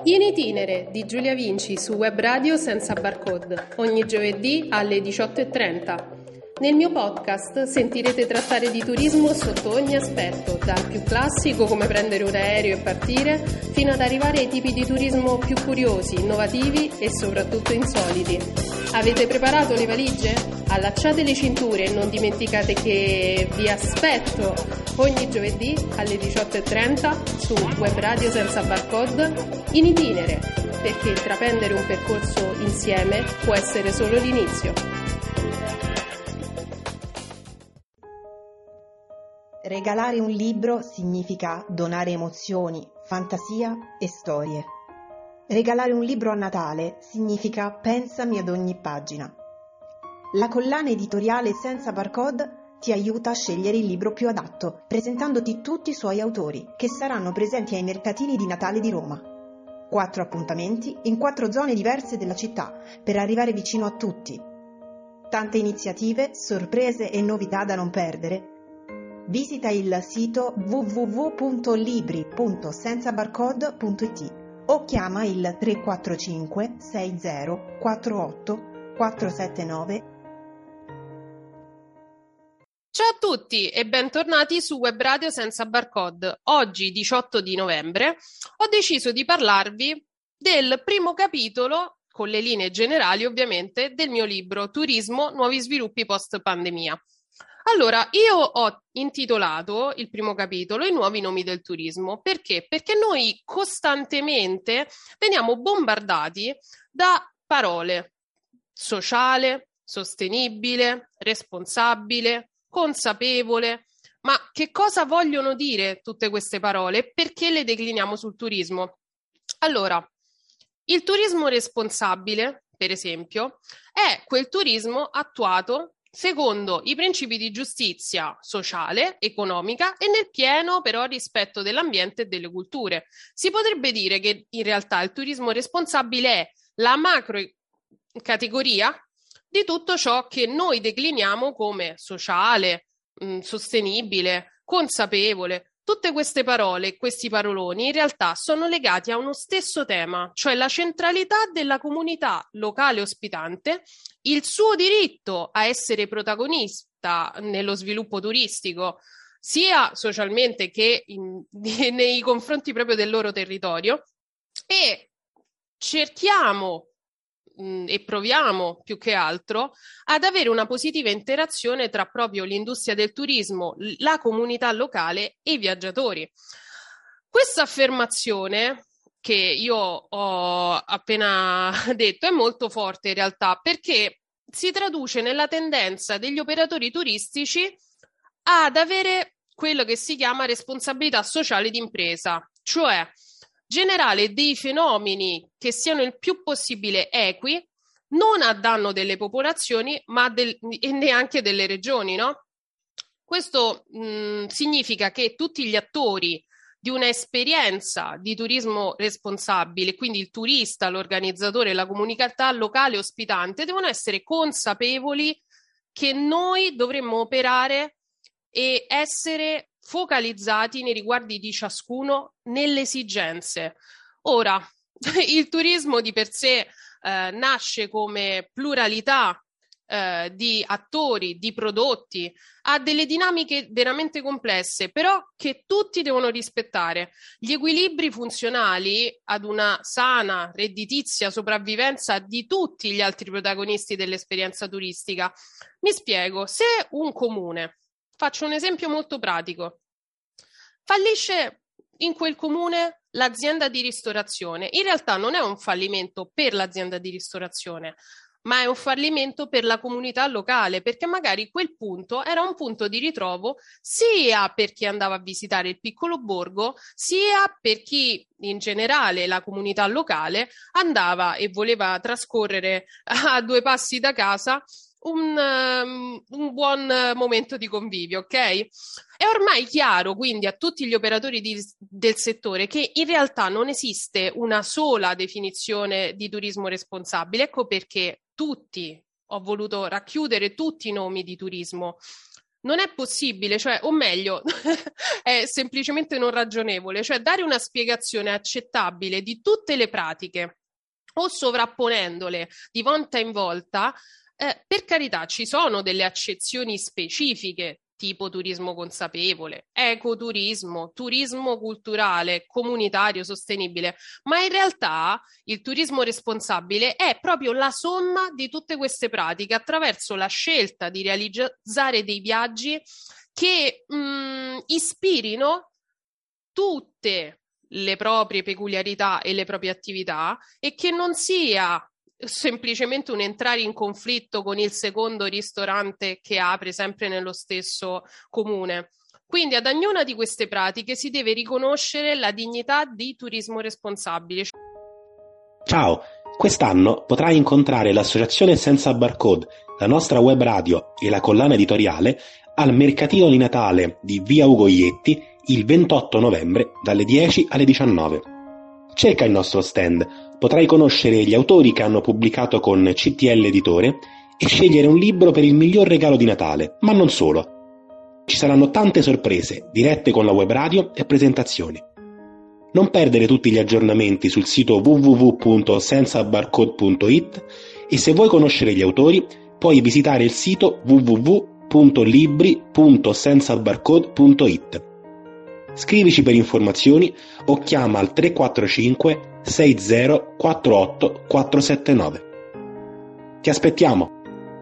In itinere di Giulia Vinci su Web Radio senza barcode, ogni giovedì alle 18:30. Nel mio podcast sentirete trattare di turismo sotto ogni aspetto, dal più classico come prendere un aereo e partire, fino ad arrivare ai tipi di turismo più curiosi, innovativi e soprattutto insoliti. Avete preparato le valigie? Allacciate le cinture e non dimenticate che vi aspetto ogni giovedì alle 18:30 su Web Radio senza barcode in itinere, perché intraprendere un percorso insieme può essere solo l'inizio. Regalare un libro significa donare emozioni, fantasia e storie. Regalare un libro a Natale significa pensami ad ogni pagina. La collana editoriale Senza Barcode ti aiuta a scegliere il libro più adatto, presentandoti tutti i suoi autori, che saranno presenti ai mercatini di Natale di Roma. 4 appuntamenti in 4 zone diverse della città, per arrivare vicino a tutti. Tante iniziative, sorprese e novità da non perdere. Visita il sito www.libri.senzabarcode.it o chiama il 345 60 48 479. Ciao a tutti e bentornati su Web Radio senza barcode. Oggi, 18 di novembre, ho deciso di parlarvi del primo capitolo, con le linee generali ovviamente, del mio libro Turismo, nuovi sviluppi post pandemia. Allora, io ho intitolato il primo capitolo I nuovi nomi del turismo. Perché? Perché noi costantemente veniamo bombardati da parole: sociale, sostenibile, responsabile, consapevole. Ma che cosa vogliono dire tutte queste parole? Perché le decliniamo sul turismo? Allora, il turismo responsabile, per esempio, è quel turismo attuato secondo i principi di giustizia sociale, economica e nel pieno però rispetto dell'ambiente e delle culture. Si potrebbe dire che in realtà il turismo responsabile è la macro categoria di tutto ciò che noi decliniamo come sociale, sostenibile, consapevole. Tutte queste parole, questi paroloni, in realtà sono legati a uno stesso tema, cioè la centralità della comunità locale ospitante, il suo diritto a essere protagonista nello sviluppo turistico, sia socialmente che nei confronti proprio del loro territorio, e cerchiamo e proviamo più che altro ad avere una positiva interazione tra proprio l'industria del turismo, la comunità locale e i viaggiatori. Questa affermazione che io ho appena detto è molto forte in realtà, perché si traduce nella tendenza degli operatori turistici ad avere quello che si chiama responsabilità sociale d'impresa, cioè generare dei fenomeni che siano il più possibile equi, non a danno delle popolazioni, ma e neanche delle regioni, no? Questo significa che tutti gli attori di un'esperienza di turismo responsabile, quindi il turista, l'organizzatore, la comunità locale ospitante, devono essere consapevoli che noi dovremmo operare e essere focalizzati nei riguardi di ciascuno nelle esigenze. Ora, il turismo di per sé nasce come pluralità di attori, di prodotti, ha delle dinamiche veramente complesse, però che tutti devono rispettare. Gli equilibri funzionali ad una sana, redditizia sopravvivenza di tutti gli altri protagonisti dell'esperienza turistica. Mi spiego, se un comune, faccio un esempio molto pratico, fallisce in quel comune l'azienda di ristorazione, in realtà non è un fallimento per l'azienda di ristorazione, ma è un fallimento per la comunità locale, perché magari quel punto era un punto di ritrovo sia per chi andava a visitare il piccolo borgo, sia per chi in generale, la comunità locale, andava e voleva trascorrere a 2 passi da casa un buon momento di convivio, ok? È ormai chiaro quindi a tutti gli operatori del settore che in realtà non esiste una sola definizione di turismo responsabile. Ecco perché ho voluto racchiudere tutti i nomi di turismo. non è possibile, cioè, o meglio, è semplicemente non ragionevole, cioè dare una spiegazione accettabile di tutte le pratiche o sovrapponendole di volta in volta, per carità, ci sono delle accezioni specifiche, tipo turismo consapevole, ecoturismo, turismo culturale, comunitario, sostenibile, ma in realtà il turismo responsabile è proprio la somma di tutte queste pratiche attraverso la scelta di realizzare dei viaggi che ispirino tutte le proprie peculiarità e le proprie attività e che non sia semplicemente un entrare in conflitto con il secondo ristorante che apre sempre nello stesso comune. Quindi ad ognuna di queste pratiche si deve riconoscere la dignità di turismo responsabile. Ciao, quest'anno potrai incontrare l'associazione Senza Barcode, la nostra web radio e la collana editoriale al mercatino di Natale di Via Ugo Ietti il 28 novembre dalle 10 alle 19. Cerca il nostro stand. Potrai conoscere gli autori che hanno pubblicato con CTL Editore e scegliere un libro per il miglior regalo di Natale, ma non solo. Ci saranno tante sorprese, dirette con la web radio e presentazioni. Non perdere tutti gli aggiornamenti sul sito www.senzabarcode.it e se vuoi conoscere gli autori puoi visitare il sito www.libri.senzabarcode.it. Scrivici per informazioni o chiama al 345 60 48 479. Ti aspettiamo!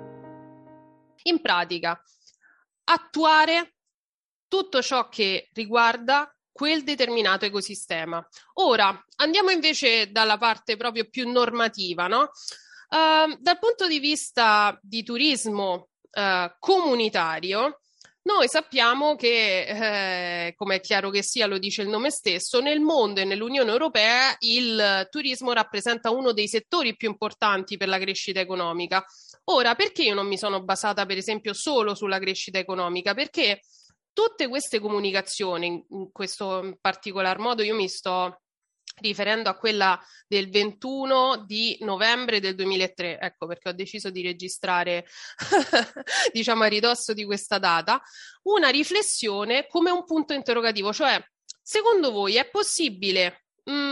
In pratica, attuare tutto ciò che riguarda quel determinato ecosistema. Ora, andiamo invece dalla parte proprio più normativa, no? Dal punto di vista di turismo comunitario, noi sappiamo che, come è chiaro che sia, lo dice il nome stesso, nel mondo e nell'Unione Europea il turismo rappresenta uno dei settori più importanti per la crescita economica. Ora, perché io non mi sono basata, per esempio, solo sulla crescita economica? Perché tutte queste comunicazioni, in questo particolar modo io mi sto riferendo a quella del 21 di novembre del 2003, ecco perché ho deciso di registrare diciamo a ridosso di questa data, una riflessione come un punto interrogativo, cioè secondo voi è possibile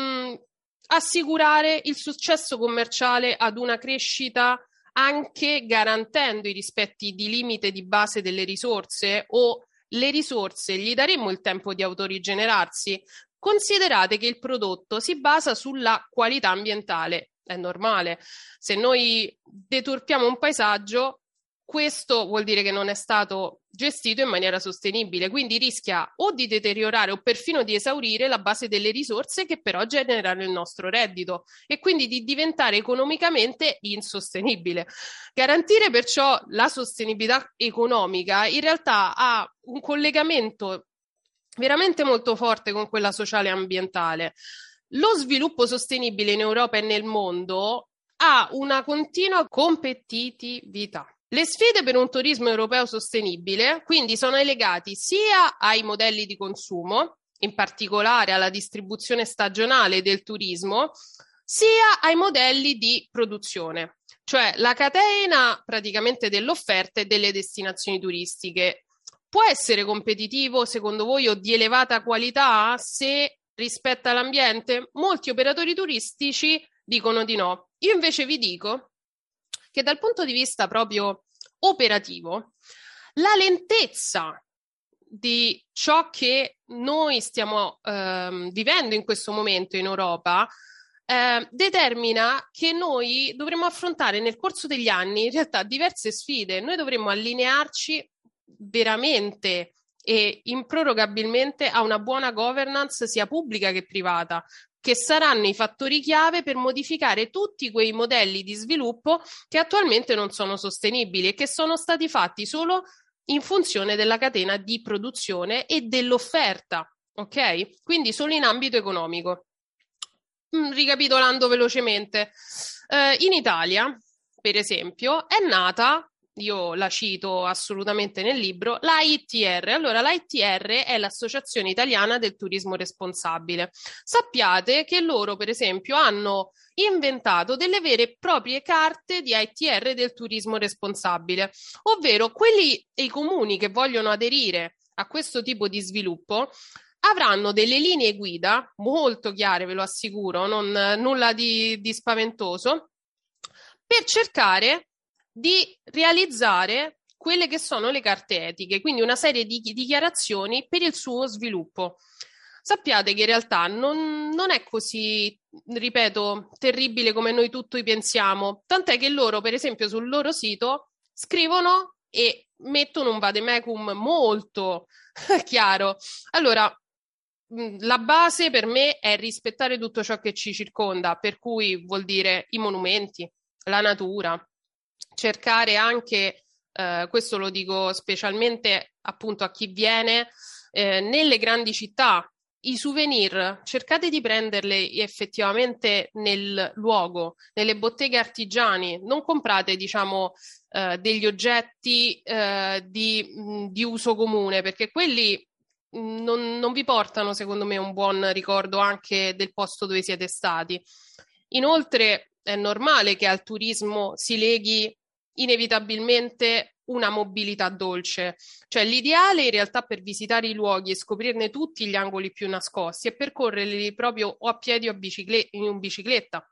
assicurare il successo commerciale ad una crescita anche garantendo i rispetti di limite di base delle risorse o le risorse gli daremmo il tempo di autorigenerarsi? Considerate che il prodotto si basa sulla qualità ambientale, è normale. Se noi deturpiamo un paesaggio, questo vuol dire che non è stato gestito in maniera sostenibile, quindi rischia o di deteriorare o perfino di esaurire la base delle risorse che però generano il nostro reddito e quindi di diventare economicamente insostenibile. Garantire perciò la sostenibilità economica in realtà ha un collegamento veramente molto forte con quella sociale e ambientale. Lo sviluppo sostenibile in Europa e nel mondo ha una continua competitività. Le sfide per un turismo europeo sostenibile quindi sono legate sia ai modelli di consumo, in particolare alla distribuzione stagionale del turismo, sia ai modelli di produzione, cioè la catena praticamente dell'offerta e delle destinazioni turistiche. Può essere competitivo, secondo voi, o di elevata qualità se rispetta l'ambiente? Molti operatori turistici dicono di no. Io invece vi dico che dal punto di vista proprio operativo, la lentezza di ciò che noi stiamo vivendo in questo momento in Europa determina che noi dovremo affrontare nel corso degli anni in realtà diverse sfide. Noi dovremo allinearci veramente e improrogabilmente a una buona governance sia pubblica che privata, che saranno i fattori chiave per modificare tutti quei modelli di sviluppo che attualmente non sono sostenibili e che sono stati fatti solo in funzione della catena di produzione e dell'offerta, ok? Quindi solo in ambito economico. Ricapitolando velocemente, in Italia, per esempio, è nata io la cito assolutamente nel libro, la ITR. Allora, la ITR è l'Associazione Italiana del Turismo Responsabile. Sappiate che loro, per esempio, hanno inventato delle vere e proprie carte di ITR del turismo responsabile, ovvero i comuni che vogliono aderire a questo tipo di sviluppo avranno delle linee guida molto chiare, ve lo assicuro, nulla di spaventoso, per cercare di realizzare quelle che sono le carte etiche, quindi una serie di dichiarazioni per il suo sviluppo. Sappiate che in realtà non è così, ripeto, terribile come noi tutti pensiamo, tant'è che loro, per esempio, sul loro sito scrivono e mettono un vademecum molto chiaro. Allora, la base per me è rispettare tutto ciò che ci circonda, per cui vuol dire i monumenti, la natura, cercare anche, questo lo dico specialmente appunto a chi viene nelle grandi città, i souvenir, cercate di prenderle effettivamente nel luogo, nelle botteghe artigiani, non comprate, diciamo, degli oggetti di uso comune, perché quelli non vi portano, secondo me, un buon ricordo anche del posto dove siete stati. Inoltre è normale che al turismo si leghi inevitabilmente una mobilità dolce, cioè l'ideale in realtà per visitare i luoghi e scoprirne tutti gli angoli più nascosti è percorrerli proprio o a piedi o in bicicletta.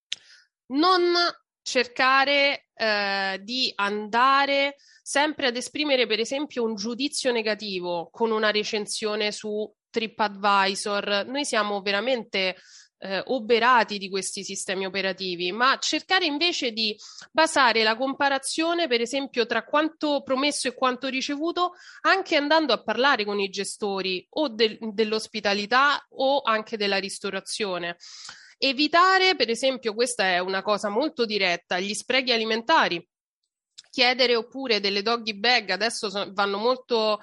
Non cercare di andare sempre ad esprimere, per esempio, un giudizio negativo con una recensione su TripAdvisor. Noi siamo veramente oberati di questi sistemi operativi, ma cercare invece di basare la comparazione, per esempio, tra quanto promesso e quanto ricevuto, anche andando a parlare con i gestori o dell'ospitalità o anche della ristorazione. Evitare, per esempio, questa è una cosa molto diretta, gli sprechi alimentari. Chiedere oppure delle doggy bag adesso vanno molto,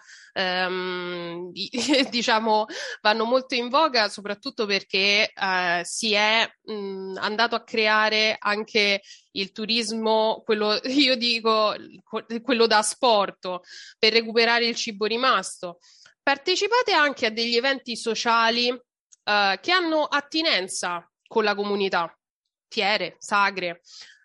diciamo, vanno molto in voga, soprattutto perché si è andato a creare anche il turismo, quello, io dico, quello da asporto, per recuperare il cibo rimasto. Partecipate anche a degli eventi sociali che hanno attinenza con la comunità, fiere, sagre.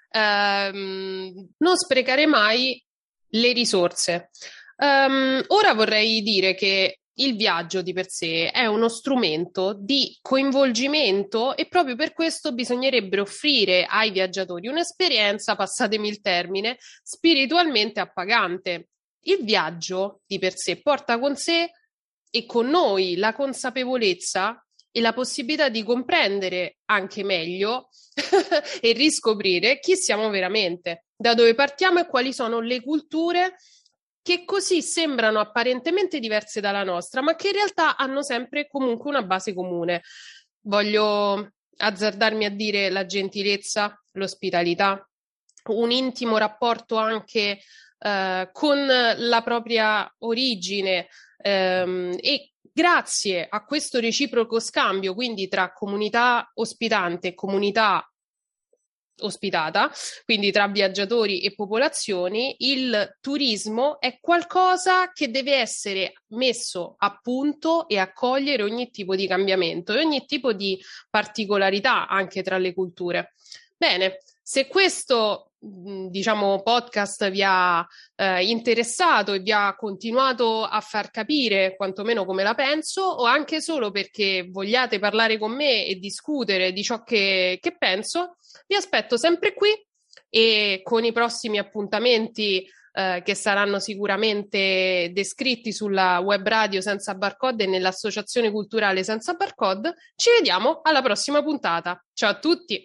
Non sprecare mai le risorse. Ora vorrei dire che il viaggio di per sé è uno strumento di coinvolgimento e proprio per questo bisognerebbe offrire ai viaggiatori un'esperienza, passatemi il termine, spiritualmente appagante. Il viaggio di per sé porta con sé e con noi la consapevolezza e la possibilità di comprendere anche meglio e riscoprire chi siamo veramente, da dove partiamo e quali sono le culture che così sembrano apparentemente diverse dalla nostra, ma che in realtà hanno sempre comunque una base comune. Voglio azzardarmi a dire la gentilezza, l'ospitalità, un intimo rapporto anche con la propria origine e grazie a questo reciproco scambio, quindi tra comunità ospitante e comunità ospitata, quindi tra viaggiatori e popolazioni, il turismo è qualcosa che deve essere messo a punto e accogliere ogni tipo di cambiamento e ogni tipo di particolarità anche tra le culture. Bene, se questo diciamo podcast vi ha interessato e vi ha continuato a far capire quantomeno come la penso, o anche solo perché vogliate parlare con me e discutere di ciò che penso, vi aspetto sempre qui e con i prossimi appuntamenti che saranno sicuramente descritti sulla web radio Senza Barcode e nell'Associazione Culturale Senza Barcode. Ci vediamo alla prossima puntata. Ciao a tutti!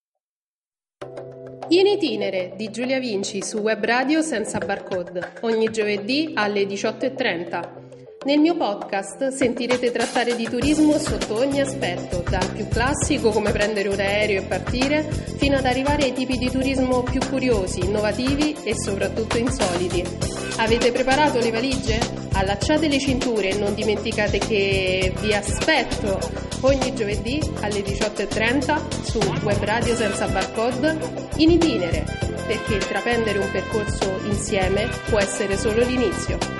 In itinere di Giulia Vinci su web radio Senza Barcode, ogni giovedì alle 18:30. Nel mio podcast sentirete trattare di turismo sotto ogni aspetto, dal più classico come prendere un aereo e partire, fino ad arrivare ai tipi di turismo più curiosi, innovativi e soprattutto insoliti. Avete preparato le valigie? Allacciate le cinture e non dimenticate che vi aspetto ogni giovedì alle 18:30 su Web Radio Senza Barcode in itinere, perché intraprendere un percorso insieme può essere solo l'inizio.